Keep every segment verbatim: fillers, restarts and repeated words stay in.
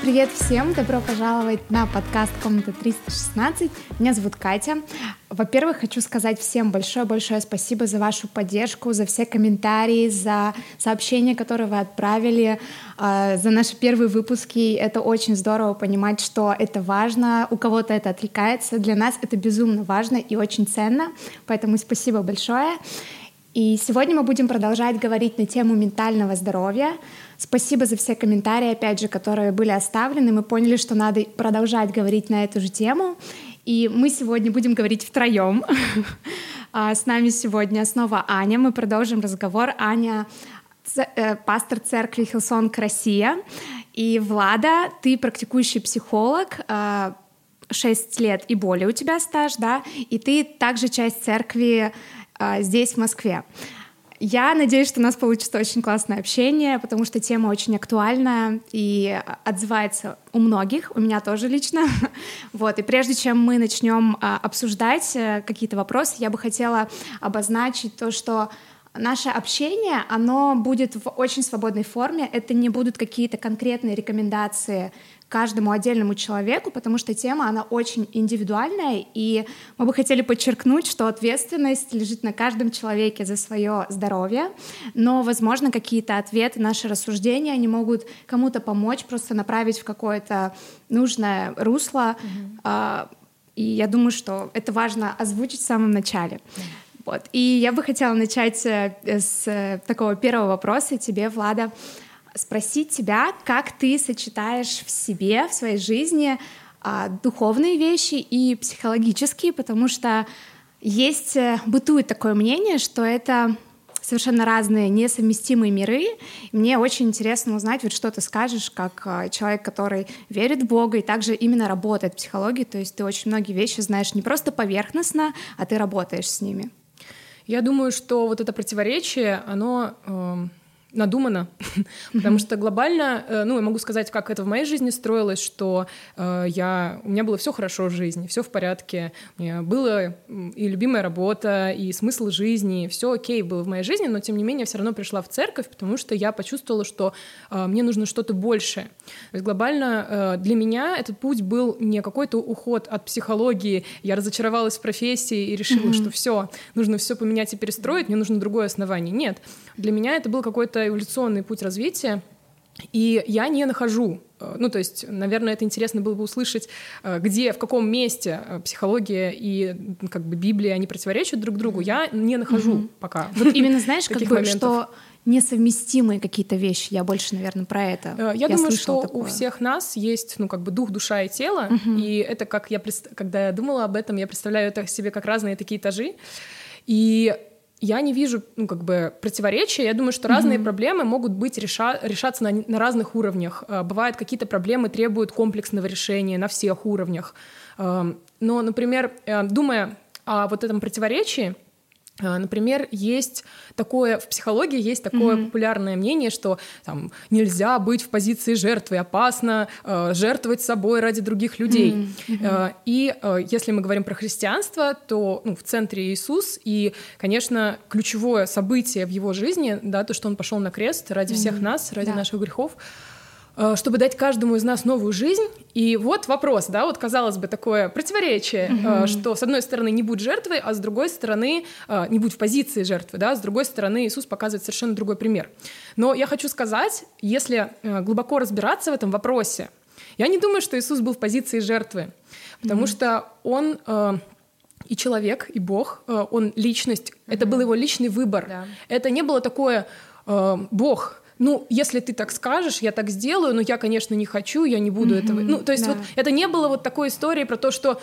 Привет всем! Добро пожаловать на подкаст «Комната триста шестнадцать». Меня зовут Катя. Во-первых, хочу сказать всем большое-большое спасибо за вашу поддержку, за все комментарии, за сообщения, которые вы отправили, за наши первые выпуски. Это очень здорово понимать, что это важно, у кого-то это отвлекается. Для нас это безумно важно и очень ценно, поэтому спасибо большое. И сегодня мы будем продолжать говорить на тему ментального здоровья. Спасибо за все комментарии, опять же, которые были оставлены. Мы поняли, что надо продолжать говорить на эту же тему. И мы сегодня будем говорить втроем. С нами сегодня снова Аня. Мы продолжим разговор. Аня — пастор церкви Хиллсонг Россия. И Влада, ты практикующий психолог, шесть лет и более у тебя стаж, да? И ты также часть церкви здесь, в Москве. Я надеюсь, что у нас получится очень классное общение, потому что тема очень актуальная и отзывается у многих, у меня тоже лично. Вот. И прежде чем мы начнем обсуждать какие-то вопросы, я бы хотела обозначить то, что наше общение, оно будет в очень свободной форме. Это не будут какие-то конкретные рекомендации каждому отдельному человеку, потому что тема, она очень индивидуальная, и мы бы хотели подчеркнуть, что ответственность лежит на каждом человеке за свое здоровье, но, возможно, какие-то ответы, наши рассуждения, они могут кому-то помочь, просто направить в какое-то нужное русло, mm-hmm. и я думаю, что это важно озвучить в самом начале. Mm-hmm. Вот. И я бы хотела начать с такого первого вопроса тебе, Влада, спросить тебя, как ты сочетаешь в себе, в своей жизни а, духовные вещи и психологические, потому что есть, бытует такое мнение, что это совершенно разные, несовместимые миры. Мне очень интересно узнать, вот что ты скажешь, как человек, который верит в Бога и также именно работает в психологии, то есть ты очень многие вещи знаешь не просто поверхностно, а ты работаешь с ними. Я думаю, что вот это противоречие, оно э, надумано, потому что глобально, э, ну, я могу сказать, как это в моей жизни строилось, что э, я, у меня было все хорошо в жизни, все в порядке, у меня была и любимая работа, и смысл жизни, все окей было в моей жизни, но тем не менее все равно пришла в церковь, потому что я почувствовала, что э, мне нужно что-то большее. То есть глобально э, для меня этот путь был не какой-то уход от психологии, я разочаровалась в профессии и решила, mm-hmm. что все, нужно все поменять и перестроить, мне нужно другое основание. Нет, для меня это был какой-то эволюционный путь развития, и я не нахожу, ну, то есть, наверное, это интересно было бы услышать, где, в каком месте психология и как бы Библия, они противоречат друг другу, я не нахожу mm-hmm. пока. Вот именно, знаешь, как бы, что несовместимые какие-то вещи, я больше, наверное, про это. Я, я думаю, что такое. У всех нас есть, ну, как бы дух, душа и тело, mm-hmm. и это как я, когда я думала об этом, я представляю это себе как разные такие этажи, и я не вижу, ну, как бы противоречия. Я думаю, что mm-hmm. разные проблемы могут быть реша- решаться на, на разных уровнях. Бывают какие-то проблемы требуют комплексного решения на всех уровнях. Но, например, думая о вот этом противоречии, например, есть такое, в психологии есть такое mm-hmm. популярное мнение, что там, нельзя быть в позиции жертвы, опасно э, жертвовать собой ради других людей. Mm-hmm. Э, и э, если мы говорим про христианство, то ну, в центре Иисус, и, конечно, ключевое событие в его жизни, да, то, что он пошел на крест ради mm-hmm. всех нас, ради yeah. наших грехов, чтобы дать каждому из нас новую жизнь. И вот вопрос, да, вот казалось бы такое противоречие, mm-hmm. что с одной стороны не будь жертвой, а с другой стороны не будь в позиции жертвы, да, с другой стороны Иисус показывает совершенно другой пример. Но я хочу сказать, если глубоко разбираться в этом вопросе, я не думаю, что Иисус был в позиции жертвы, потому mm-hmm. что Он и человек, и Бог, Он личность, mm-hmm. это был его личный выбор. Yeah. Это не было такое «Бог», ну, если ты так скажешь, я так сделаю, но я, конечно, не хочу, я не буду mm-hmm. этого. Ну, то есть да. вот это не было вот такой истории про то, что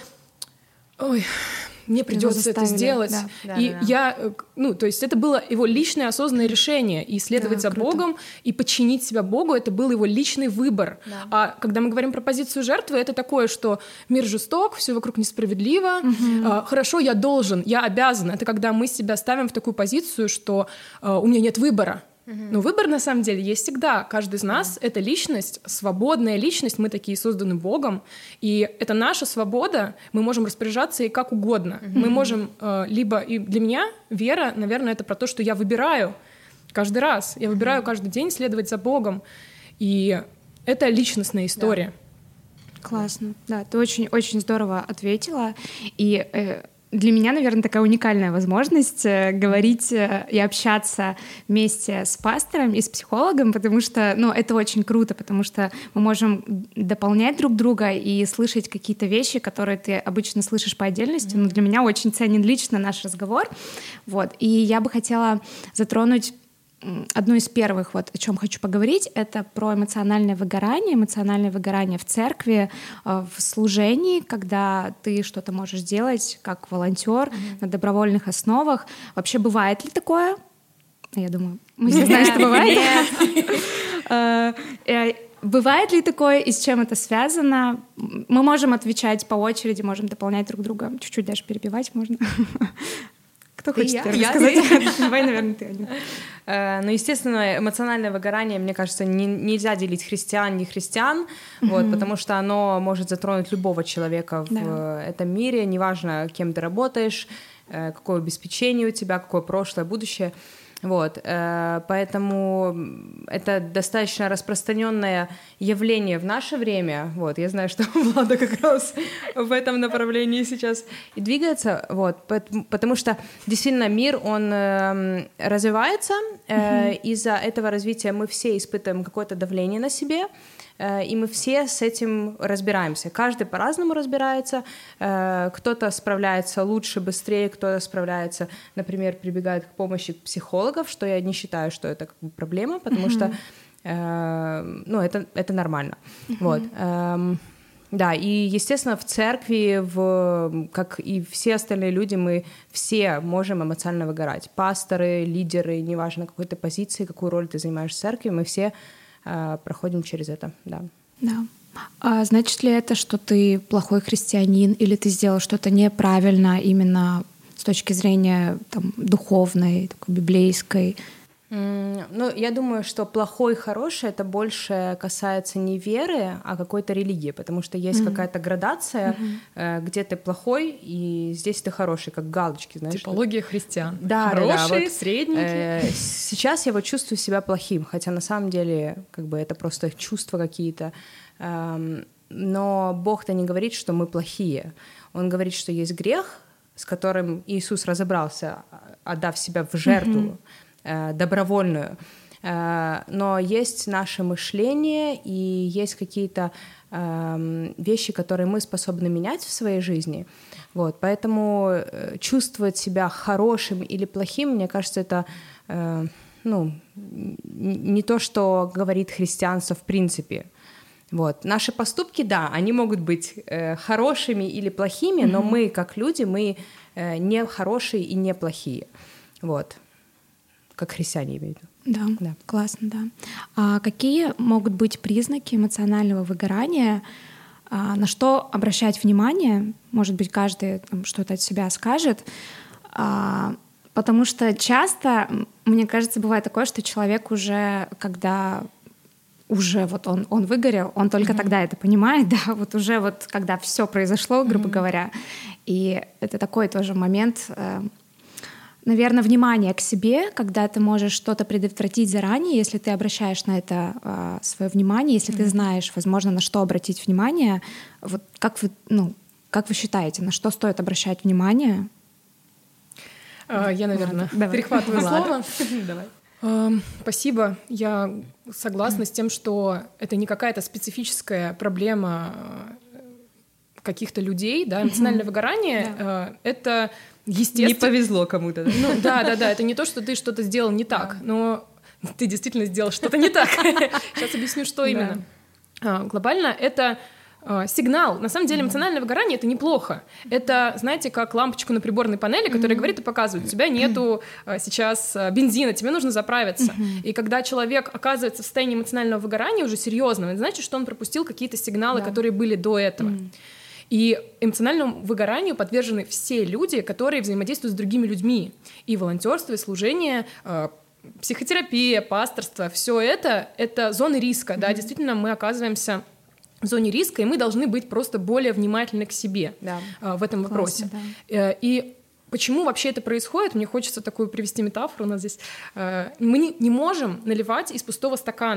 ой, мне придется это сделать. Да. Да, и да, да. я, ну, то есть это было его личное осознанное решение. И следовать да, за круто. Богом, и подчинить себя Богу, это был его личный выбор. Да. А когда мы говорим про позицию жертвы, это такое, что мир жесток, все вокруг несправедливо, угу. а, хорошо, я должен, я обязан. Это когда мы себя ставим в такую позицию, что а, у меня нет выбора. Но выбор, на самом деле, есть всегда. Каждый из нас — это личность, свободная личность, мы такие созданы Богом, и это наша свобода, мы можем распоряжаться ей как угодно. Mm-hmm. Мы можем э, либо... И для меня вера, наверное, это про то, что я выбираю каждый раз, я выбираю каждый день следовать за Богом, и это личностная история. Да. Классно, да, ты очень-очень здорово ответила, и э, для меня, наверное, такая уникальная возможность э, говорить э, и общаться вместе с пастором и с психологом, потому что, ну, это очень круто, потому что мы можем дополнять друг друга и слышать какие-то вещи, которые ты обычно слышишь по отдельности, но для меня очень ценен лично наш разговор, вот, и я бы хотела затронуть одно из первых, вот, о чем хочу поговорить, это про эмоциональное выгорание, эмоциональное выгорание в церкви, в служении, когда ты что-то можешь делать как волонтер mm-hmm. на добровольных основах. Вообще бывает ли такое? Я думаю, мы все знаем, что бывает. Бывает ли такое и с чем это связано? Мы можем отвечать по очереди, можем дополнять друг друга, чуть-чуть даже перебивать можно. Кто ты хочет я? первый я? сказать? Давай, наверное, ты, Аня. Ну, естественно, эмоциональное выгорание, мне кажется, не, нельзя делить христиан, не христиан, mm-hmm. вот, потому что оно может затронуть любого человека в да. этом мире, неважно, кем ты работаешь, какое обеспечение у тебя, какое прошлое, будущее. Вот, поэтому это достаточно распространенное явление в наше время. Вот, я знаю, что Влада как раз в этом направлении сейчас и двигается. Вот, потому что действительно мир, он развивается, mm-hmm. из-за этого развития мы все испытываем какое-то давление на себе, и мы все с этим разбираемся. Каждый по-разному разбирается. Кто-то справляется лучше, быстрее, кто-то справляется, например, прибегает к помощи психологов, что я не считаю, что это как бы проблема, потому mm-hmm. что ну, это, это нормально. Mm-hmm. Вот. Да, и, естественно, в церкви, в, как и все остальные люди, мы все можем эмоционально выгорать. Пасторы, лидеры, неважно, какой ты позиции, какую роль ты занимаешь в церкви, мы все проходим через это, да. Да. А значит ли это, что ты плохой христианин или ты сделал что-то неправильно именно с точки зрения там, духовной, такой, библейской? Mm, ну, я думаю, что плохой и хороший — это больше касается не веры, а какой-то религии, потому что есть mm-hmm. какая-то градация, mm-hmm. где ты плохой, и здесь ты хороший, как галочки, знаешь. Типология христиан. Да, хорошие, да, да. Вот, средненькие. Э, сейчас я вот чувствую себя плохим, хотя на самом деле как бы это просто чувства какие-то. Эм, но Бог-то не говорит, что мы плохие. Он говорит, что есть грех, с которым Иисус разобрался, отдав себя в жертву, mm-hmm. добровольную, но есть наше мышление и есть какие-то вещи, которые мы способны менять в своей жизни. Вот, поэтому чувствовать себя хорошим или плохим, мне кажется, это ну, не то, что говорит христианство в принципе. Вот. Наши поступки, да, они могут быть хорошими или плохими, mm-hmm. но мы, как люди, мы не хорошие и не плохие. Вот. Как христиане имеют. Да, да, классно, да. А какие могут быть признаки эмоционального выгорания? А на что обращать внимание? Может быть, каждый там, что-то от себя скажет. А, потому что часто, мне кажется, бывает такое, что человек уже, когда уже вот он, он выгорел, он только mm-hmm. тогда это понимает, да, вот уже вот когда все произошло, грубо mm-hmm. говоря. И это такой тоже момент... Наверное, внимание к себе, когда ты можешь что-то предотвратить заранее, если ты обращаешь на это э, свое внимание, если mm-hmm. ты знаешь, возможно, на что обратить внимание. Вот как вы, ну, как вы считаете, на что стоит обращать внимание? А, я, наверное, Ладно, перехватываю слово. Давай. Спасибо. Я согласна с тем, что это не какая-то специфическая проблема каких-то людей, да, эмоциональное выгорание yeah. — это естественно. Не повезло кому-то. Да? Ну да, да, да. Это не то, что ты что-то сделал не так, yeah. но ты действительно сделал что-то не так. Сейчас объясню, что именно. Yeah. Глобально это сигнал. На самом деле эмоциональное выгорание — это неплохо. Это, знаете, как лампочку на приборной панели, которая mm-hmm. говорит и показывает: у тебя нету сейчас бензина, тебе нужно заправиться. Mm-hmm. И когда человек оказывается в состоянии эмоционального выгорания уже серьезного, это значит, что он пропустил какие-то сигналы, yeah. которые были до этого. Mm-hmm. И эмоциональному выгоранию подвержены все люди, которые взаимодействуют с другими людьми. И волонтерство, и служение, психотерапия, пасторство — все это — это зоны риска. Mm-hmm. Да, действительно, мы оказываемся в зоне риска, и мы должны быть просто более внимательны к себе да. в этом вопросе. Классно, да. И почему вообще это происходит? Мне хочется такую привести метафору у нас здесь. Мы не можем наливать из пустого стакана.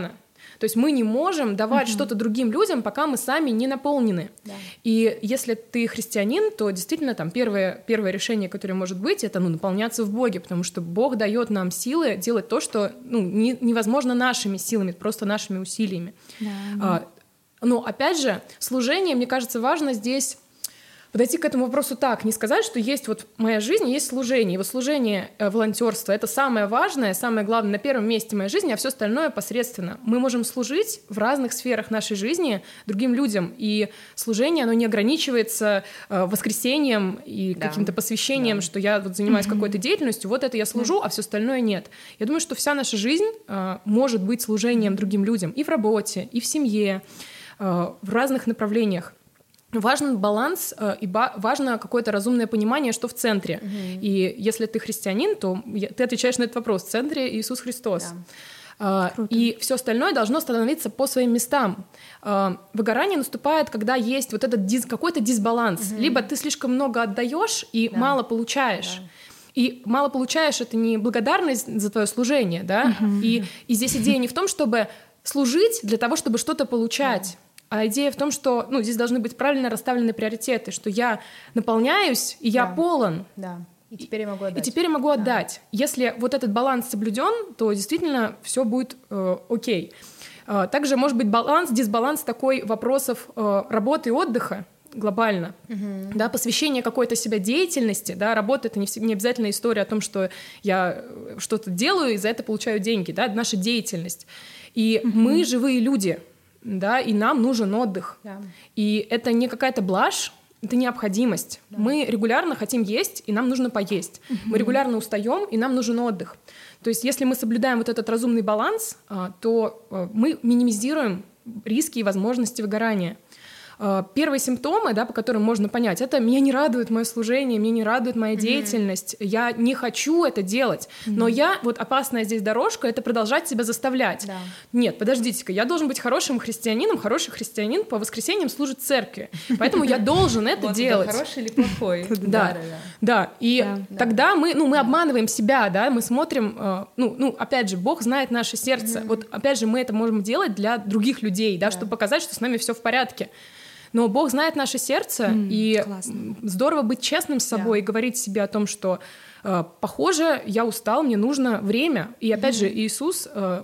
То есть мы не можем давать mm-hmm. что-то другим людям, пока мы сами не наполнены. Да. И если ты христианин, то действительно там первое, первое решение, которое может быть, это ну, наполняться в Боге, потому что Бог дает нам силы делать то, что ну, не, невозможно нашими силами, просто нашими усилиями. Да. А, но опять же, служение, мне кажется, важно здесь подойти к этому вопросу так, не сказать, что есть вот моя жизнь, есть служение. И вот служение, э, волонтерство — это самое важное, самое главное на первом месте моей жизни, а все остальное посредственно. Мы можем служить в разных сферах нашей жизни другим людям, и служение, оно не ограничивается э, воскресением и да. каким-то посвящением, да. что я вот занимаюсь mm-hmm. какой-то деятельностью, вот это я служу, mm-hmm. а все остальное нет. Я думаю, что вся наша жизнь э, может быть служением другим людям и в работе, и в семье, э, в разных направлениях. Важен баланс э, и ба- важно какое-то разумное понимание, что в центре. Mm-hmm. И если ты христианин, то я, ты отвечаешь на этот вопрос. В центре Иисус Христос. Yeah. Э, и все остальное должно становиться по своим местам. Э, выгорание наступает, когда есть вот этот дис- какой-то дисбаланс. Mm-hmm. Либо ты слишком много отдаешь и yeah. мало получаешь. Yeah. И мало получаешь — это не благодарность за твое служение, да? Mm-hmm. И, и здесь идея не в том, чтобы служить для того, чтобы что-то получать. Yeah. А идея в том, что ну, здесь должны быть правильно расставлены приоритеты, что я наполняюсь, и я да. полон. Да. И теперь я могу отдать. И теперь я могу отдать. Да. Если вот этот баланс соблюден, то действительно все будет э, окей. Э, также может быть баланс, дисбаланс такой вопросов э, работы и отдыха глобально, uh-huh. да, посвящение какой-то себя деятельности, да, работа — это не, не обязательно история о том, что я что-то делаю и за это получаю деньги, да, это наша деятельность. И uh-huh. мы живые люди, да, и нам нужен отдых. Yeah. И это не какая-то блажь, это необходимость. Yeah. Мы регулярно хотим есть, и нам нужно поесть. Mm-hmm. Мы регулярно устаем, и нам нужен отдых. То есть если мы соблюдаем вот этот разумный баланс, то мы минимизируем риски и возможности выгорания. Первые симптомы, да, по которым можно понять, это меня не радует мое служение, меня не радует моя mm-hmm. деятельность, я не хочу это делать, mm-hmm. но я, вот опасная здесь дорожка, это продолжать себя заставлять. Да. Нет, подождите-ка, я должен быть хорошим христианином, хороший христианин по воскресеньям служит в церкви, поэтому я должен это делать. Хороший или плохой. Да, да, и тогда мы, ну, мы обманываем себя, да, мы смотрим, ну, ну, опять же, Бог знает наше сердце, вот опять же мы это можем делать для других людей, да, чтобы показать, что с нами все в порядке. Но Бог знает наше сердце, mm, и классно. Здорово быть честным с собой yeah. и говорить себе о том, что, э, похоже, я устал, мне нужно время. И опять mm. же, Иисус, э,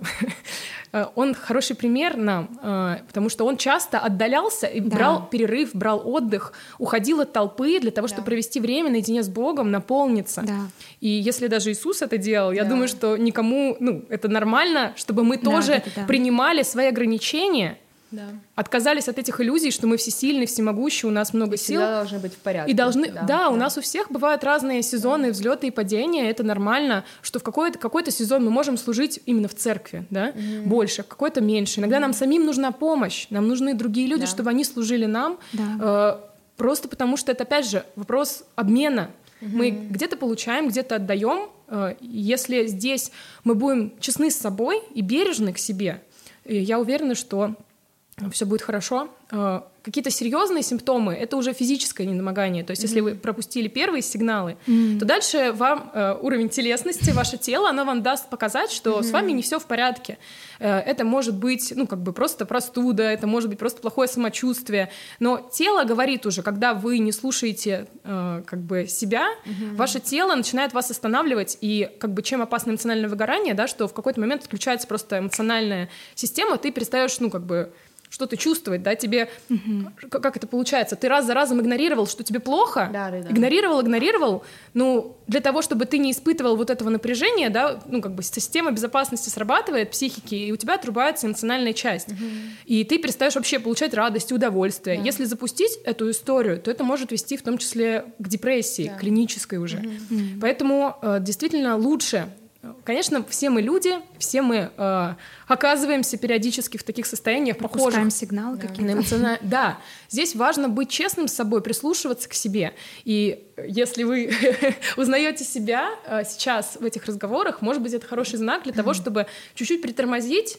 он хороший пример нам, э, потому что он часто отдалялся и да. брал перерыв, брал отдых, уходил от толпы для того, чтобы да. провести время наедине с Богом, наполниться. Да. И если даже Иисус это делал, да. я думаю, что никому, ну, это нормально, чтобы мы да, тоже это, да. принимали свои ограничения, да. отказались от этих иллюзий, что мы всесильны, всемогущие, у нас много и сил. Всегда должны быть в порядке. И должны, да, да, да, у нас у всех бывают разные сезоны, да. взлеты и падения, это нормально, что в какой-то, какой-то сезон мы можем служить именно в церкви, да, mm-hmm. больше, в какой-то меньше. Иногда mm-hmm. нам самим нужна помощь, нам нужны другие люди, да. чтобы они служили нам, да. э, просто потому что это, опять же, вопрос обмена. Mm-hmm. Мы где-то получаем, где-то отдаем. Э, если здесь мы будем честны с собой и бережны к себе, я уверена, что все будет хорошо. Какие-то серьезные симптомы — это уже физическое недомогание. То есть, mm-hmm. если вы пропустили первые сигналы, mm-hmm. то дальше вам э, уровень телесности, ваше тело, оно вам даст показать, что mm-hmm. с вами не все в порядке. Э, это может быть, ну, как бы просто простуда, это может быть просто плохое самочувствие. Но тело говорит уже, когда вы не слушаете э, как бы себя, mm-hmm. ваше тело начинает вас останавливать. И как бы чем опасно эмоциональное выгорание, да, что в какой-то момент отключается просто эмоциональная система, ты перестаешь, ну, как бы что-то чувствовать, да, тебе, mm-hmm. как это получается, ты раз за разом игнорировал, что тебе плохо, да, да, да. игнорировал, игнорировал, ну, для того, чтобы ты не испытывал вот этого напряжения, да, ну, как бы система безопасности срабатывает, психики, и у тебя отрубается эмоциональная часть, mm-hmm. и ты перестаешь вообще получать радость и удовольствие. Да. Если запустить эту историю, то это может вести в том числе к депрессии, да. клинической уже. Mm-hmm. Поэтому э, действительно лучше. Конечно, все мы люди, все мы э, оказываемся периодически в таких состояниях, пропускаем сигналы да. какие-то. Эмоциональ... Да, здесь важно быть честным с собой, прислушиваться к себе. И если вы узнаете себя э, сейчас в этих разговорах, может быть, это хороший знак для того, чтобы чуть-чуть притормозить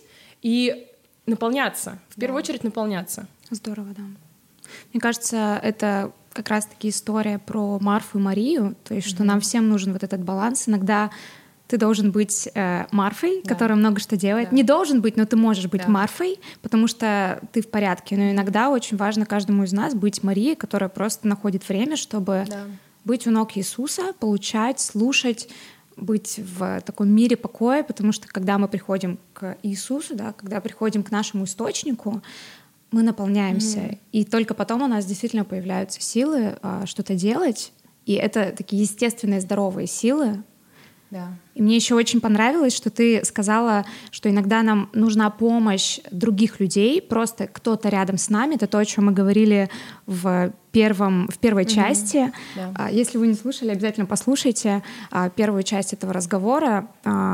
и наполняться, в первую да. очередь наполняться. Здорово, да. Мне кажется, это как раз-таки история про Марфу и Марию, то есть, что mm-hmm. нам всем нужен вот этот баланс. Иногда ты должен быть э, Марфой, да. которая много что делает. Да. Не должен быть, но ты можешь быть да. Марфой, потому что ты в порядке. Но иногда очень важно каждому из нас быть Марией, которая просто находит время, чтобы да. быть у ног Иисуса, получать, слушать, быть в таком мире покоя, потому что когда мы приходим к Иисусу, да, когда приходим к нашему источнику, мы наполняемся, mm-hmm. и только потом у нас действительно появляются силы а, что-то делать, и это такие естественные здоровые силы. Да. И мне еще очень понравилось, что ты сказала, что иногда нам нужна помощь других людей, просто кто-то рядом с нами. Это то, о чем мы говорили в, первом, в первой mm-hmm. части. Да. Если вы не слушали, обязательно послушайте первую часть этого разговора,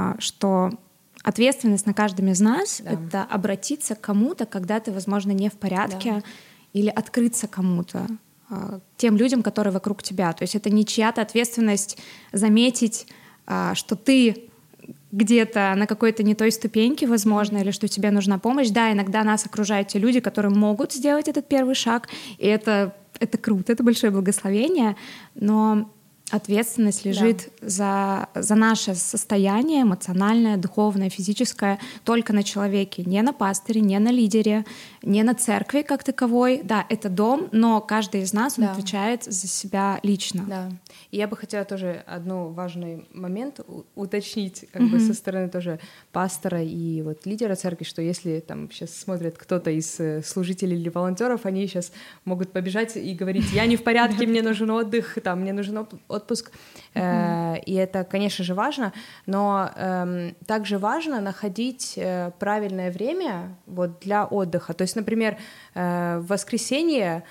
что ответственность на каждом из нас да. — это обратиться к кому-то, когда ты, возможно, не в порядке, да. или открыться кому-то, тем людям, которые вокруг тебя. То есть это не чья-то ответственность заметить, что ты где-то на какой-то не той ступеньке, возможно, или что тебе нужна помощь. Да, иногда нас окружают те люди, которые могут сделать этот первый шаг, и это, это круто, это большое благословение, но ответственность лежит да. за, за наше состояние эмоциональное, духовное, физическое только на человеке, не на пастыре, не на лидере, не на церкви как таковой. Да, это дом, но каждый из нас он да. отвечает за себя лично. Да. И я бы хотела тоже один важный момент уточнить как mm-hmm. бы со стороны тоже пастора и вот лидера церкви, что если там сейчас смотрит кто-то из служителей или волонтеров, они сейчас могут побежать и говорить: я не в порядке, мне нужен отдых, там, мне нужен отпуск. Mm-hmm. И это, конечно же, важно, но э, также важно находить э, правильное время вот, для отдыха. То есть, например, э, в воскресенье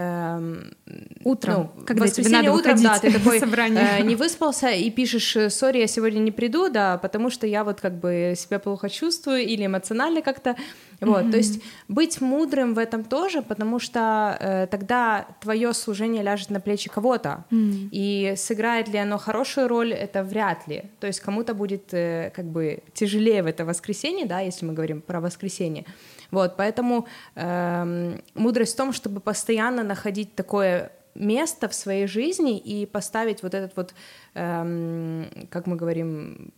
Эм, утром, ну, когда тебе надо утром, да, ты такой э, не выспался и пишешь: сори, я сегодня не приду, да, потому что я вот как бы себя плохо чувствую или эмоционально как-то, вот, mm-hmm. то есть быть мудрым в этом тоже, потому что э, тогда твое служение ляжет на плечи кого-то, mm-hmm. и сыграет ли оно хорошую роль, это вряд ли, то есть кому-то будет э, как бы тяжелее в это воскресенье, да, если мы говорим про воскресенье. Вот, поэтому э, мудрость в том, чтобы постоянно находить такое место в своей жизни и поставить вот этот вот, э, как мы говорим,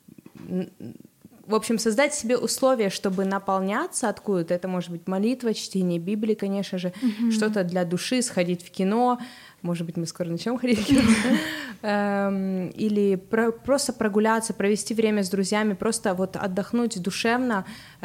в общем, создать себе условия, чтобы наполняться откуда-то. Это может быть молитва, чтение Библии, конечно же, mm-hmm. что-то для души, сходить в кино. Может быть, мы скоро начнем ходить в кино. Или просто прогуляться, провести время с друзьями, просто вот отдохнуть душевно,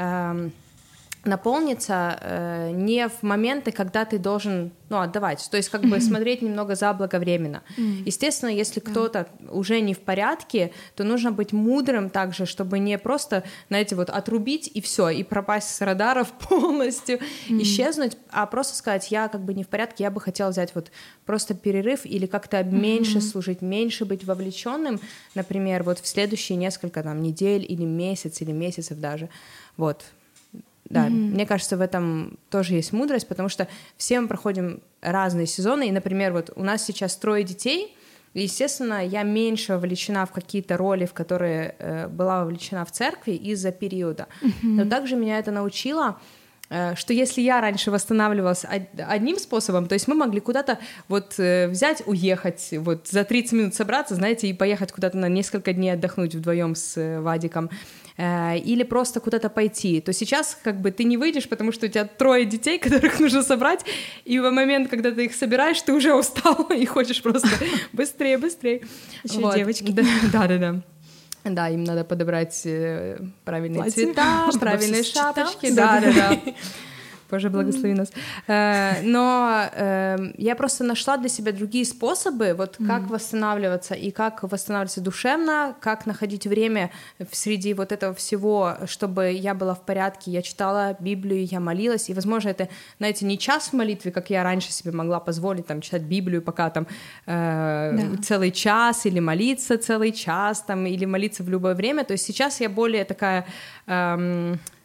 наполниться э, не в моменты, когда ты должен, ну, отдавать, то есть как бы смотреть немного заблаговременно. Естественно, если кто-то уже не в порядке, то нужно быть мудрым также, чтобы не просто, знаете, вот отрубить и все, и пропасть с радаров полностью, исчезнуть, а просто сказать: я как бы не в порядке, я бы хотела взять вот просто перерыв или как-то меньше служить, меньше быть вовлеченным, например, вот в следующие несколько там недель или месяц, или месяцев даже, вот. Да, mm-hmm. мне кажется, в этом тоже есть мудрость, потому что все мы проходим разные сезоны, и, например, вот у нас сейчас трое детей, и, естественно, я меньше вовлечена в какие-то роли, в которые э, была вовлечена в церкви из-за периода. Mm-hmm. Но также меня это научило, э, что если я раньше восстанавливалась од- одним способом, то есть мы могли куда-то вот э, взять, уехать, вот за тридцать минут собраться, знаете, и поехать куда-то на несколько дней отдохнуть вдвоем с э, Вадиком, или просто куда-то пойти, то сейчас как бы ты не выйдешь, потому что у тебя трое детей, которых нужно собрать, и в момент, когда ты их собираешь, ты уже устал и хочешь просто быстрее, быстрее. Еще вот. Девочки. Да-да-да. Да, им надо подобрать правильные Платье. Цвета, правильные шапочки. Да-да-да. Боже, благослови нас. Э, но э, я просто нашла для себя другие способы, вот mm. как восстанавливаться и как восстанавливаться душевно, как находить время среди вот этого всего, чтобы я была в порядке, я читала Библию, я молилась, и, возможно, это, знаете, не час в молитве, как я раньше себе могла позволить, там, читать Библию, пока там э, да. целый час, или молиться целый час, там, или молиться в любое время, то есть сейчас я более такая... Э,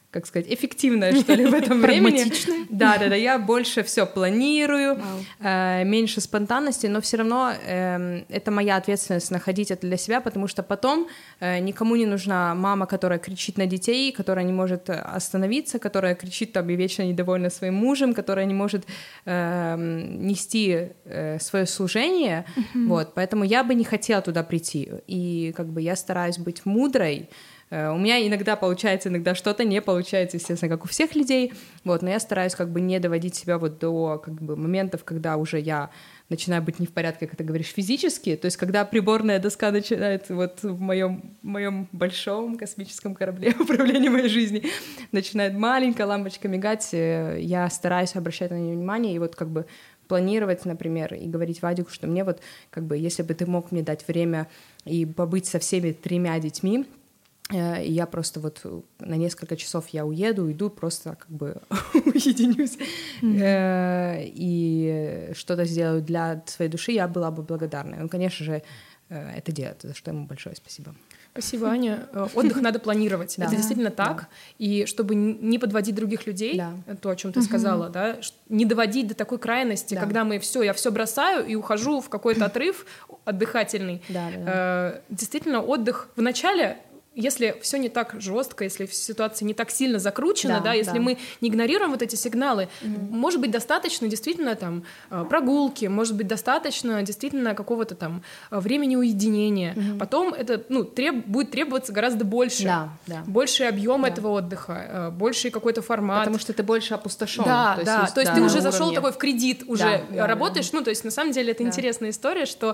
как сказать, эффективная, что ли, в этом времени. Да, да, да, я больше все планирую, э, меньше спонтанности, но все равно э, это моя ответственность находить это для себя, потому что потом э, никому не нужна мама, которая кричит на детей, которая не может остановиться, которая кричит там и вечно недовольна своим мужем, которая не может э, нести э, свое служение, mm-hmm. вот, поэтому я бы не хотела туда прийти, и как бы я стараюсь быть мудрой. У меня иногда получается, иногда что-то не получается, естественно, как у всех людей, вот, но я стараюсь как бы не доводить себя вот до как бы моментов, когда уже я начинаю быть не в порядке, как ты говоришь, физически, то есть когда приборная доска начинает вот в моем, в моем большом космическом корабле управления моей жизни, начинает маленькая лампочка мигать, я стараюсь обращать на нее внимание и вот как бы планировать, например, и говорить Вадику, что мне вот как бы, если бы ты мог мне дать время и побыть со всеми тремя детьми, и я просто вот на несколько часов я уеду, уйду, просто как бы уединюсь mm-hmm. и что-то сделаю для своей души, я была бы благодарна. Он, конечно же, это делает, за что ему большое спасибо. Спасибо, Аня. Отдых надо планировать. Да. Это действительно так. Да. И чтобы не подводить других людей, да. то, о чем ты угу. сказала, да, не доводить до такой крайности, да. когда мы все, я все бросаю и ухожу в какой-то отрыв отдыхательный. Да, да, да. Действительно, отдых в начале. Если все не так жестко, если ситуация не так сильно закручена, да, да, если да. мы не игнорируем вот эти сигналы, mm-hmm. может быть достаточно действительно там прогулки, может быть достаточно действительно какого-то там времени уединения. Mm-hmm. Потом это ну, треб, будет требоваться гораздо больше, да, да. больше объем да. этого отдыха, больше какой-то формат. Потому что ты больше опустошен. Да, то да. Есть, то есть да, ты уже зашел такой в кредит, уже да, работаешь. Да. Ну, то есть на самом деле это да. интересная история, что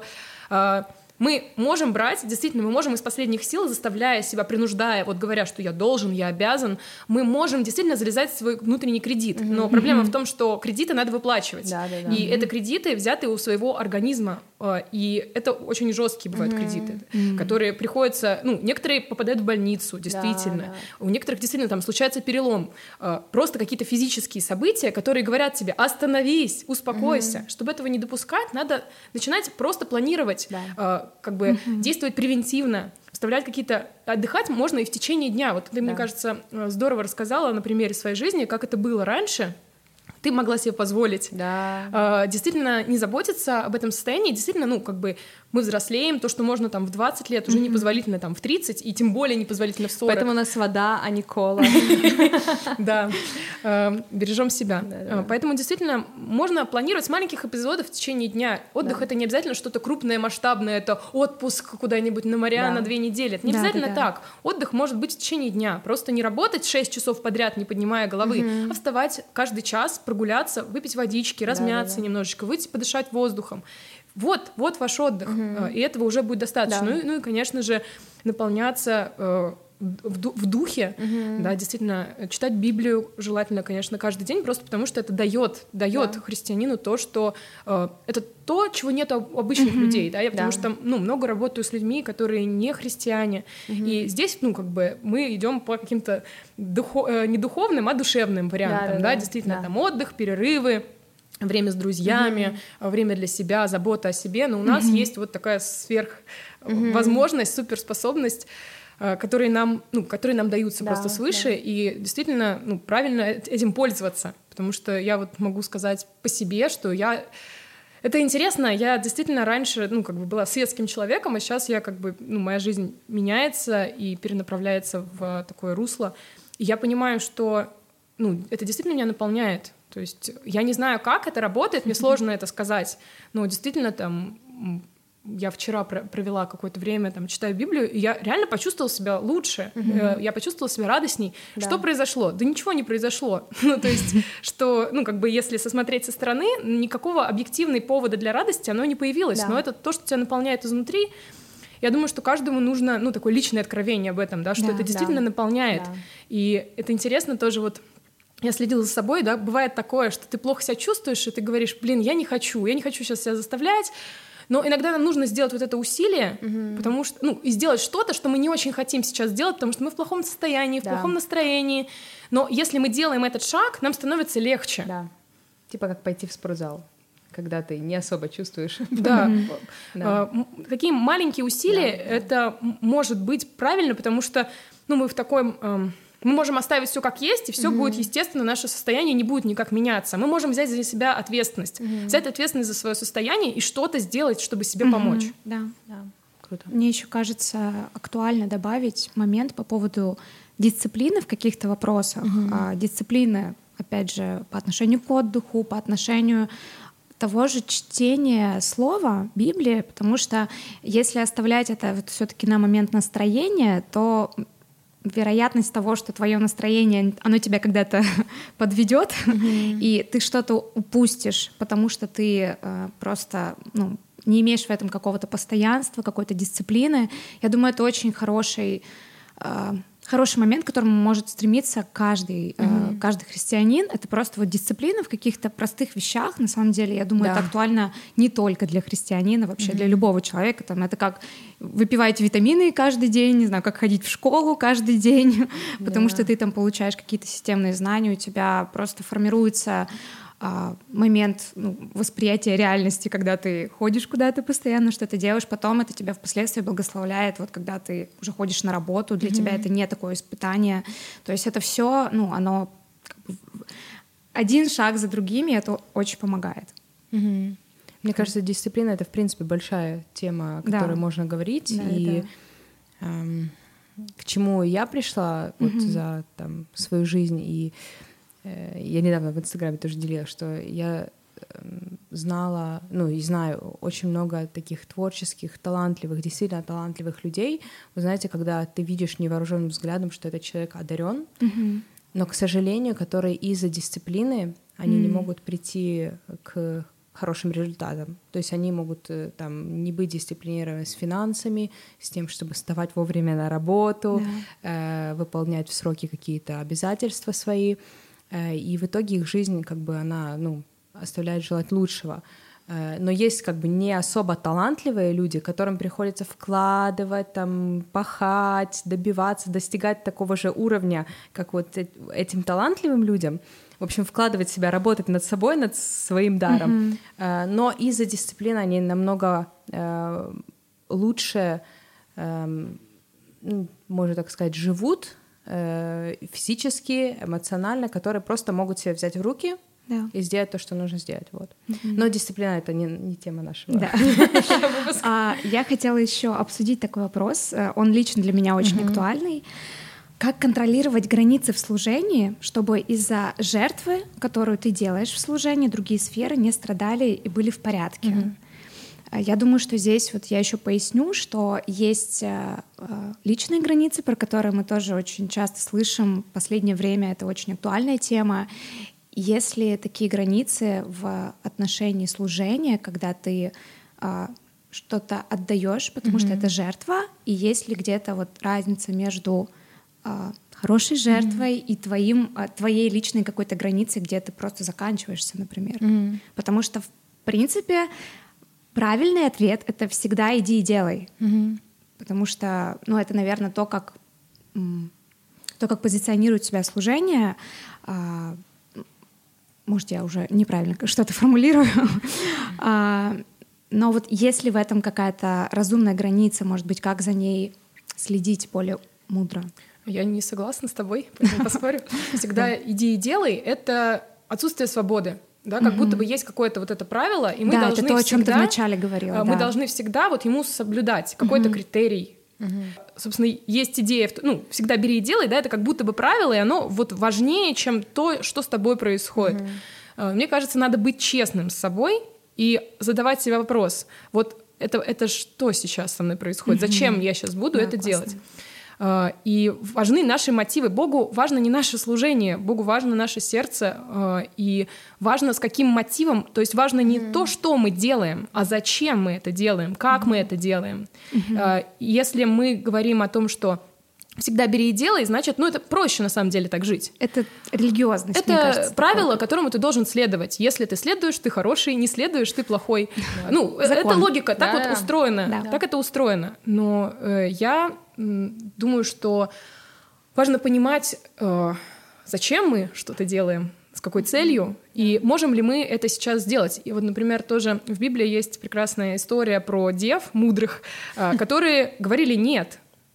мы можем брать, действительно, мы можем из последних сил, заставляя себя, принуждая, вот говоря, что я должен, я обязан, мы можем действительно залезать в свой внутренний кредит. Mm-hmm. Но проблема mm-hmm. в том, что кредиты надо выплачивать. Да, да, да. И mm-hmm. это кредиты, взятые у своего организма. И это очень жесткие бывают mm-hmm. кредиты, mm-hmm. которые приходится... Ну, некоторые попадают в больницу, действительно. Да, да. У некоторых действительно там случается перелом. Просто какие-то физические события, которые говорят тебе: остановись, успокойся. Mm-hmm. Чтобы этого не допускать, надо начинать просто планировать, да. как бы mm-hmm. действовать превентивно, вставлять какие-то... Отдыхать можно и в течение дня. Вот ты, да. мне кажется, здорово рассказала на примере своей жизни, как это было раньше. Ты могла себе позволить да. э, действительно не заботиться об этом состоянии. Действительно, ну, как бы мы взрослеем, то, что можно там в двадцать лет, уже mm-hmm. непозволительно там в тридцать, и тем более непозволительно в сорок. Поэтому у нас вода, а не кола. Да, бережем себя. Поэтому действительно можно планировать с маленьких эпизодов в течение дня. Отдых — это не обязательно что-то крупное, масштабное, это отпуск куда-нибудь на моря на две недели. Это не обязательно так. Отдых может быть в течение дня. Просто не работать шесть часов подряд, не поднимая головы, а вставать каждый час, прогуляться, выпить водички, размяться немножечко, выйти подышать воздухом. Вот, вот ваш отдых, угу. и этого уже будет достаточно. Да. Ну, ну и, конечно же, наполняться э, в, ду- в духе, угу. да, действительно, читать Библию желательно, конечно, каждый день, просто потому что это дает, дает да. христианину то, что э, это то, чего нет у обычных угу. людей, да, я потому да. что, ну, много работаю с людьми, которые не христиане, угу. и здесь, ну, как бы мы идем по каким-то духо- э, не духовным, а душевным вариантам, да, да, да, действительно, да. там отдых, перерывы, время с друзьями, mm-hmm. время для себя, забота о себе, но у нас mm-hmm. есть вот такая сверхвозможность, mm-hmm. суперспособность, которые нам, ну, которые нам даются да, просто свыше, да. и действительно, ну, правильно этим пользоваться, потому что я вот могу сказать по себе, что я... Это интересно, я действительно раньше, ну, как бы была светским человеком, а сейчас я как бы, ну, моя жизнь меняется и перенаправляется в такое русло, и я понимаю, что, ну, это действительно меня наполняет. То есть я не знаю, как это работает, мне сложно это сказать, но действительно там я вчера провела какое-то время, там, читаю Библию, и я реально почувствовала себя лучше, mm-hmm. я почувствовала себя радостней. Да. Что произошло? Да ничего не произошло. Ну, то есть, что, ну, как бы, если посмотреть со стороны, никакого объективного повода для радости оно не появилось, да. но это то, что тебя наполняет изнутри. Я думаю, что каждому нужно, ну, такое личное откровение об этом, да, что да, это действительно да. наполняет. Да. И это интересно тоже вот. Я следила за собой, да, бывает такое, что ты плохо себя чувствуешь, и ты говоришь: блин, я не хочу, я не хочу сейчас себя заставлять, но иногда нам нужно сделать вот это усилие, mm-hmm. потому что, ну, и сделать что-то, что мы не очень хотим сейчас делать, потому что мы в плохом состоянии, в да. плохом настроении, но если мы делаем этот шаг, нам становится легче. Да, типа как пойти в спортзал, когда ты не особо чувствуешь. Да, да. Такие маленькие усилия, да, это да. может быть правильно, потому что, ну, мы в такой... Мы можем оставить все как есть, и все mm-hmm. будет естественно, наше состояние не будет никак меняться. Мы можем взять за себя ответственность, mm-hmm. взять ответственность за свое состояние и что-то сделать, чтобы себе mm-hmm. помочь. Да, да. Круто. Мне еще кажется актуально добавить момент по поводу дисциплины в каких-то вопросах. Mm-hmm. А, дисциплины, опять же, по отношению к отдыху, по отношению того же чтения слова Библии, потому что если оставлять это вот все-таки на момент настроения, то вероятность того, что твое настроение, оно тебя когда-то подведет, mm-hmm. и ты что-то упустишь, потому что ты э, просто ну, не имеешь в этом какого-то постоянства, какой-то дисциплины. Я думаю, это очень хороший, э, хороший момент, к которому может стремиться каждый, mm-hmm. э, каждый христианин. Это просто вот дисциплина в каких-то простых вещах. На самом деле, я думаю, да. это актуально не только для христианина, вообще mm-hmm. для любого человека. Там, это как выпивать витамины каждый день, не знаю, как ходить в школу каждый день, yeah. потому что ты там получаешь какие-то системные знания, у тебя просто формируется а, момент ну, восприятия реальности, когда ты ходишь куда-то постоянно, что-то делаешь, потом это тебя впоследствии благословляет, вот когда ты уже ходишь на работу, для mm-hmm. тебя это не такое испытание. То есть это все, ну, оно как бы, один шаг за другими, это очень помогает. Mm-hmm. Мне кажется, дисциплина — это, в принципе, большая тема, о которой да. можно говорить. Да, и да. Эм, к чему я пришла вот mm-hmm. за там, свою жизнь, и э, я недавно в Инстаграме тоже делилась, что я э, знала, ну и знаю очень много таких творческих, талантливых, действительно талантливых людей. Вы знаете, когда ты видишь невооруженным взглядом, что этот человек одарен, mm-hmm. но, к сожалению, которые из-за дисциплины, они mm-hmm. не могут прийти к хорошим результатом. То есть они могут там не быть дисциплинированы с финансами, с тем, чтобы вставать вовремя на работу, да. э, выполнять в сроки какие-то обязательства свои. Э, и в итоге их жизнь как бы она ну, оставляет желать лучшего. Э, но есть как бы не особо талантливые люди, которым приходится вкладывать, там, пахать, добиваться, достигать такого же уровня, как вот этим талантливым людям. В общем, вкладывать в себя, работать над собой, над своим даром. Mm-hmm. Но из-за дисциплины они намного э, лучше, э, можно так сказать, живут э, физически, эмоционально, которые просто могут себя взять в руки yeah. и сделать то, что нужно сделать. Вот. Mm-hmm. Но дисциплина — это не, не тема нашего да. выпуска. Я хотела еще обсудить такой вопрос. Он лично для меня очень mm-hmm. актуальный. Как контролировать границы в служении, чтобы из-за жертвы, которую ты делаешь в служении, другие сферы не страдали и были в порядке? Mm-hmm. Я думаю, что здесь вот я еще поясню, что есть э, личные границы, про которые мы тоже очень часто слышим. В последнее время это очень актуальная тема. Если такие границы в отношении служения, когда ты э, что-то отдаешь, потому mm-hmm. что это жертва, и есть ли где-то вот разница между хорошей жертвой mm-hmm. и твоим, твоей личной какой-то границей, где ты просто заканчиваешься, например. Mm-hmm. Потому что, в принципе, правильный ответ — это всегда иди и делай. Mm-hmm. Потому что, ну, это, наверное, то, как, то, как позиционирует себя служение. Может, я уже неправильно что-то формулирую. Но вот если в этом какая-то разумная граница, может быть, как за ней следить более мудро? Я не согласна с тобой, поэтому поспорю. Всегда иди и делай — это отсутствие свободы. Да, как mm-hmm. будто бы есть какое-то вот это правило, и мы да, должны это то, всегда, о чем ты вначале говорила. Мы да. должны всегда вот ему соблюдать какой-то mm-hmm. критерий. Mm-hmm. Собственно, есть идея, ну, всегда бери и делай, да, это как будто бы правило, и оно вот важнее, чем то, что с тобой происходит. Mm-hmm. Мне кажется, надо быть честным с собой и задавать себе вопрос: вот это, это что сейчас со мной происходит? Mm-hmm. Зачем я сейчас буду да, это классно. делать? И важны наши мотивы. Богу важно не наше служение, Богу важно наше сердце, и важно с каким мотивом, то есть важно не mm-hmm. то, что мы делаем, а зачем мы это делаем, как mm-hmm. мы это делаем. Mm-hmm. Если мы говорим о том, что всегда бери и делай, значит, ну это проще на самом деле так жить. Это религиозность, это мне кажется. правило, такое. которому ты должен следовать. Если ты следуешь, ты хороший, не следуешь, ты плохой. Да. Ну, Закон. Это логика, так да. вот устроена. Да. Так это устроено. Но э, я м, думаю, что важно понимать, э, зачем мы что-то делаем, с какой целью, и можем ли мы это сейчас сделать. И вот, например, тоже в Библии есть прекрасная история про дев мудрых, э, которые говорили «нет».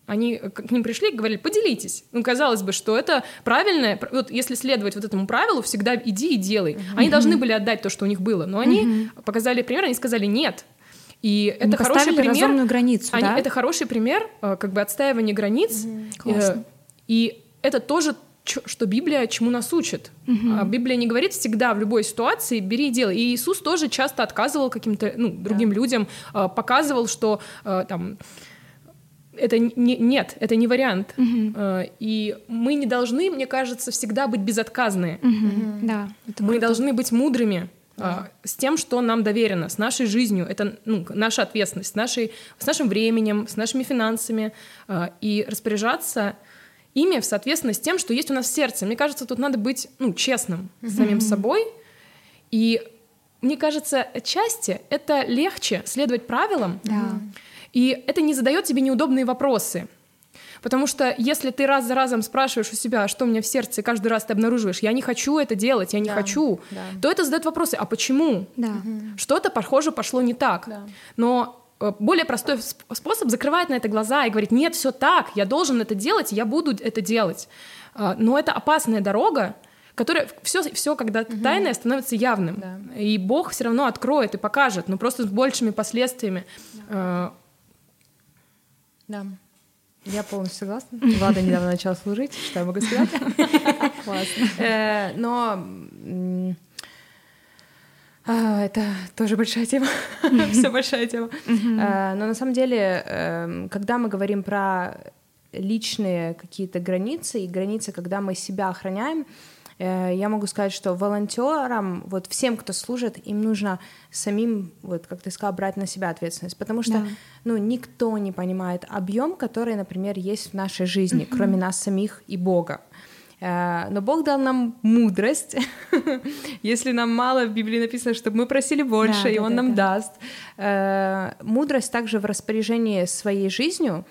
Они к ним пришли и говорили, поделитесь. Ну, казалось бы, что это правильное, вот если следовать вот этому правилу, всегда иди и делай. Uh-huh. Они должны были отдать то, что у них было, но они uh-huh. показали пример, они сказали нет. И они это хороший пример. Разумную границу, они, да? Это хороший пример как бы отстаивания границ. Uh-huh. И это тоже, что Библия чему нас учит. Uh-huh. Библия не говорит всегда в любой ситуации бери и делай. И Иисус тоже часто отказывал каким-то ну, другим yeah. людям, показывал, что там... Это не, нет, это не вариант. Uh-huh. И мы не должны, мне кажется, всегда быть безотказны. Uh-huh. Да, мы круто. Должны быть мудрыми uh-huh. с тем, что нам доверено, с нашей жизнью. Это ну, наша ответственность, с, нашей, с нашим временем, с нашими финансами. И распоряжаться ими в соответствии с тем, что есть у нас в сердце. Мне кажется, тут надо быть ну, честным uh-huh. с самим собой. И мне кажется, отчасти это легче следовать правилам. Uh-huh. И это не задает тебе неудобные вопросы. Потому что если ты раз за разом спрашиваешь у себя, что у меня в сердце, и каждый раз ты обнаруживаешь, я не хочу это делать, я не да, хочу, да. то это задает вопросы, а почему? Да. Что-то, похоже, пошло не так. Да. Но более простой способ закрывает на это глаза и говорит, нет, все так, я должен это делать, я буду это делать. Но это опасная дорога, которая все, все когда-то угу. тайное становится явным. Да. И Бог все равно откроет и покажет, но просто с большими последствиями. Да. Да, я полностью согласна. Влада недавно начала служить, что я могу сказать. Классно. Но это тоже большая тема. Все большая тема. Но на самом деле, когда мы говорим про личные какие-то границы, и границы, когда мы себя охраняем, я могу сказать, что волонтерам, вот всем, кто служит, им нужно самим, вот как ты сказала, брать на себя ответственность, потому что, да. ну, никто не понимает объем, который, например, есть в нашей жизни, mm-hmm. кроме нас самих и Бога. Но Бог дал нам мудрость. Если нам мало, в Библии написано, чтобы мы просили больше, да, и да, Он да, нам да. даст. Мудрость также в распоряжении своей жизнью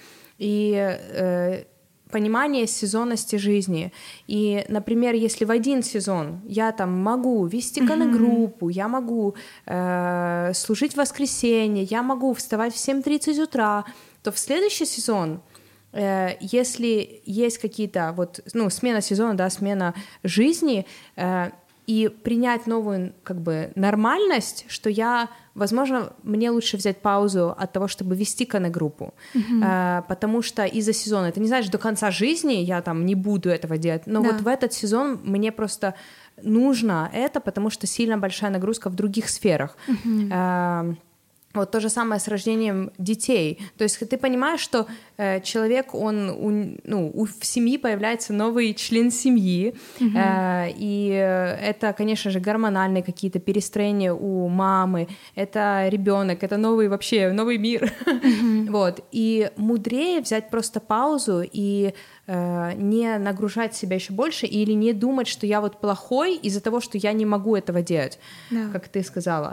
и понимание сезонности жизни. И, например, если в один сезон я там могу вести коннегруппу, mm-hmm. я могу э, служить в воскресенье, я могу вставать в семь тридцать утра, то в следующий сезон, э, если есть какие-то вот, ну, смена сезона, да, смена жизни, э, и принять новую как бы нормальность, что я, возможно, мне лучше взять паузу от того, чтобы вести коннегруппу, mm-hmm. а, потому что из-за сезона, это не значит, до конца жизни я там не буду этого делать, но да. вот в этот сезон мне просто нужно это, потому что сильно большая нагрузка в других сферах. Mm-hmm. А, вот то же самое с рождением детей. То есть ты понимаешь, что э, человек, он, у, ну, у, в семье появляется новый член семьи, mm-hmm. э, и это, конечно же, гормональные какие-то перестроения у мамы, это ребенок, это новый вообще, новый мир. Mm-hmm. Вот. И мудрее взять просто паузу и э, не нагружать себя еще больше или не думать, что я вот плохой из-за того, что я не могу этого делать, yeah. как ты сказала.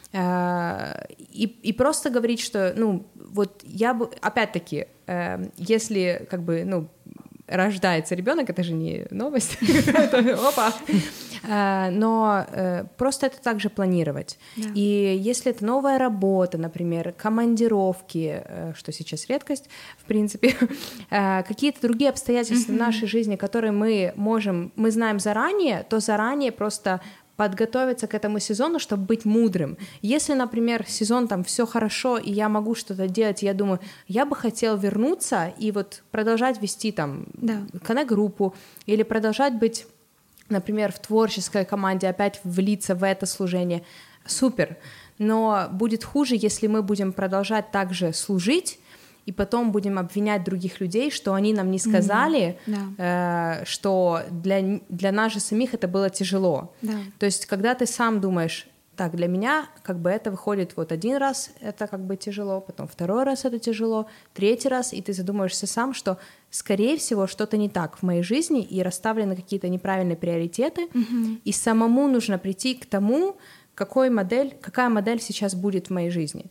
И, и просто говорить, что, ну, вот я бы, опять-таки, э, если, как бы, ну, рождается ребенок, это же не новость, опа, но просто это также планировать. И если это новая работа, например, командировки, что сейчас редкость, в принципе, какие-то другие обстоятельства в нашей жизни, которые мы можем, мы знаем заранее, то заранее просто подготовиться к этому сезону, чтобы быть мудрым. Если, например, сезон там все хорошо, и я могу что-то делать, я думаю, я бы хотела вернуться и вот продолжать вести там да. коннегруппу или продолжать быть, например, в творческой команде, опять влиться в это служение. Супер. Но будет хуже, если мы будем продолжать также служить, и потом будем обвинять других людей, что они нам не сказали, mm-hmm. да. э, что для, для нас же самих это было тяжело. Да. То есть когда ты сам думаешь, так, для меня как бы это выходит вот один раз, это как бы тяжело, потом второй раз это тяжело, третий раз, и ты задумаешься сам, что, скорее всего, что-то не так в моей жизни, и расставлены какие-то неправильные приоритеты, mm-hmm. и самому нужно прийти к тому, какой модель, какая модель сейчас будет в моей жизни.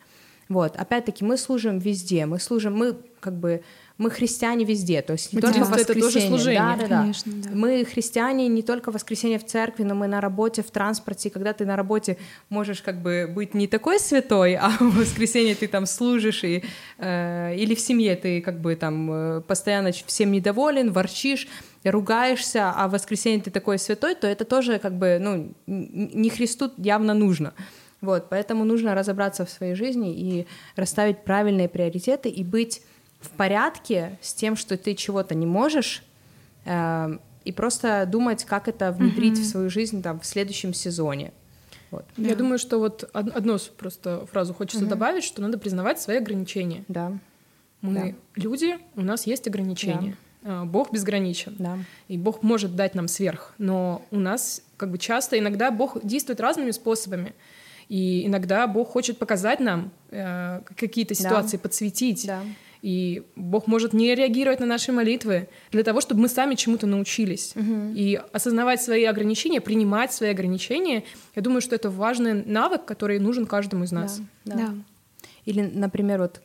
Вот, опять-таки, мы служим везде, мы служим, мы как бы, мы христиане везде, то есть не да. только в воскресенье. Это тоже служение. Да, да, Конечно, да. да. Мы христиане не только в воскресенье в церкви, но мы на работе, в транспорте, и когда ты на работе можешь как бы быть не такой святой, а в воскресенье ты там служишь, и, э, или в семье ты как бы там э, постоянно всем недоволен, ворчишь, ругаешься, а в воскресенье ты такой святой, то это тоже как бы, ну, не Христу явно нужно. Вот, поэтому нужно разобраться в своей жизни и расставить правильные приоритеты и быть в порядке с тем, что ты чего-то не можешь, э, и просто думать, как это внедрить mm-hmm. в свою жизнь там, в следующем сезоне. Вот. Я да. думаю, что вот одну просто фразу хочется mm-hmm. добавить, что надо признавать свои ограничения. Да. Мы да. люди, у нас есть ограничения. Да. Бог безграничен, да. и Бог может дать нам сверх, но у нас как бы часто, иногда Бог действует разными способами. И иногда Бог хочет показать нам э, какие-то ситуации, да. подсветить. Да. И Бог может не реагировать на наши молитвы для того, чтобы мы сами чему-то научились. Угу. И осознавать свои ограничения, принимать свои ограничения. Я думаю, что это важный навык, который нужен каждому из нас. Да. Да. Да. Или, например, вот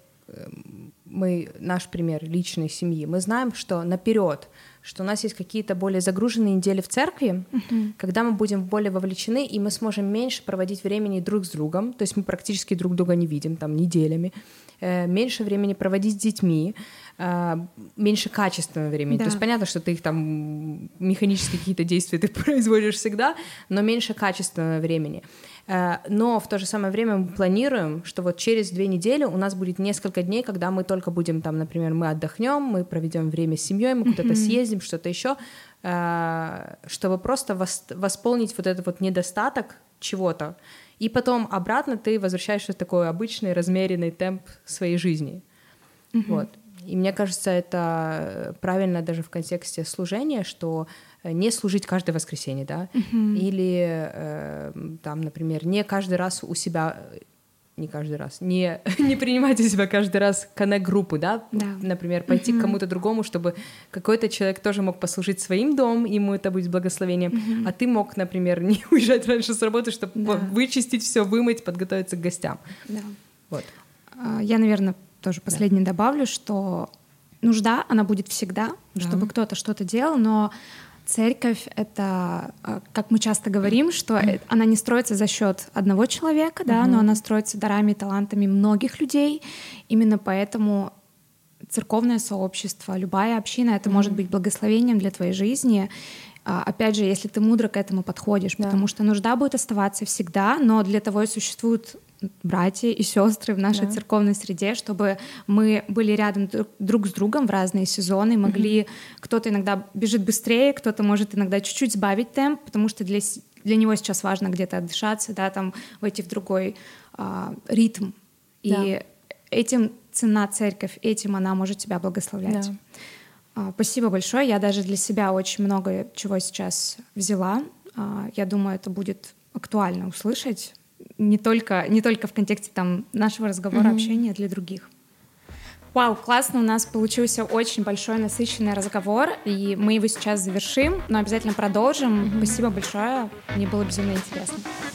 мы, наш пример личной семьи, мы знаем, что наперед, что у нас есть какие-то более загруженные недели в церкви, uh-huh. когда мы будем более вовлечены, и мы сможем меньше проводить времени друг с другом, то есть мы практически друг друга не видим там неделями, э, меньше времени проводить с детьми, э, меньше качественного времени. Да. То есть понятно, что ты их там механические какие-то действия ты производишь всегда, но меньше качественного времени. Но в то же самое время мы планируем, что вот через две недели у нас будет несколько дней, когда мы только будем там, например, мы отдохнем, мы проведем время с семьей, мы куда-то съездим, что-то еще, чтобы просто восполнить вот этот вот недостаток чего-то. И потом обратно ты возвращаешься в такой обычный размеренный темп своей жизни. Mm-hmm. Вот. И мне кажется, это правильно даже в контексте служения, что не служить каждое воскресенье, да, uh-huh. или э, там, например, не каждый раз у себя, не каждый раз, не, не принимать у себя каждый раз коннект-группу, да, да. например, пойти uh-huh. к кому-то другому, чтобы какой-то человек тоже мог послужить своим домом, ему это будет благословением, uh-huh. а ты мог, например, не уезжать раньше с работы, чтобы да. вычистить все, вымыть, подготовиться к гостям. Да. Вот. Я, наверное, тоже последнее да. добавлю, что нужда, она будет всегда, да. чтобы кто-то что-то делал, но церковь — это, как мы часто говорим, что mm. она не строится за счет одного человека, да, mm-hmm. но она строится дарами и талантами многих людей. Именно поэтому церковное сообщество, любая община — это mm-hmm. может быть благословением для твоей жизни. Опять же, если ты мудро к этому подходишь, да. потому что нужда будет оставаться всегда, но для того и существуют братья и сестры в нашей да. церковной среде, чтобы мы были рядом друг, друг с другом в разные сезоны, могли, mm-hmm. кто-то иногда бежит быстрее, кто-то может иногда чуть-чуть сбавить темп, потому что для, для него сейчас важно где-то отдышаться, да, там войти в другой а, ритм. Да. И этим цена церковь, этим она может тебя благословлять. Да. А, спасибо большое. Я даже для себя очень много чего сейчас взяла. А, я думаю, это будет актуально услышать. Не только, не только в контексте там, нашего разговора, mm-hmm. общения, а для других. Вау, классно, у нас получился очень большой, насыщенный разговор, и мы его сейчас завершим, но обязательно продолжим. Mm-hmm. Спасибо большое, мне было безумно интересно.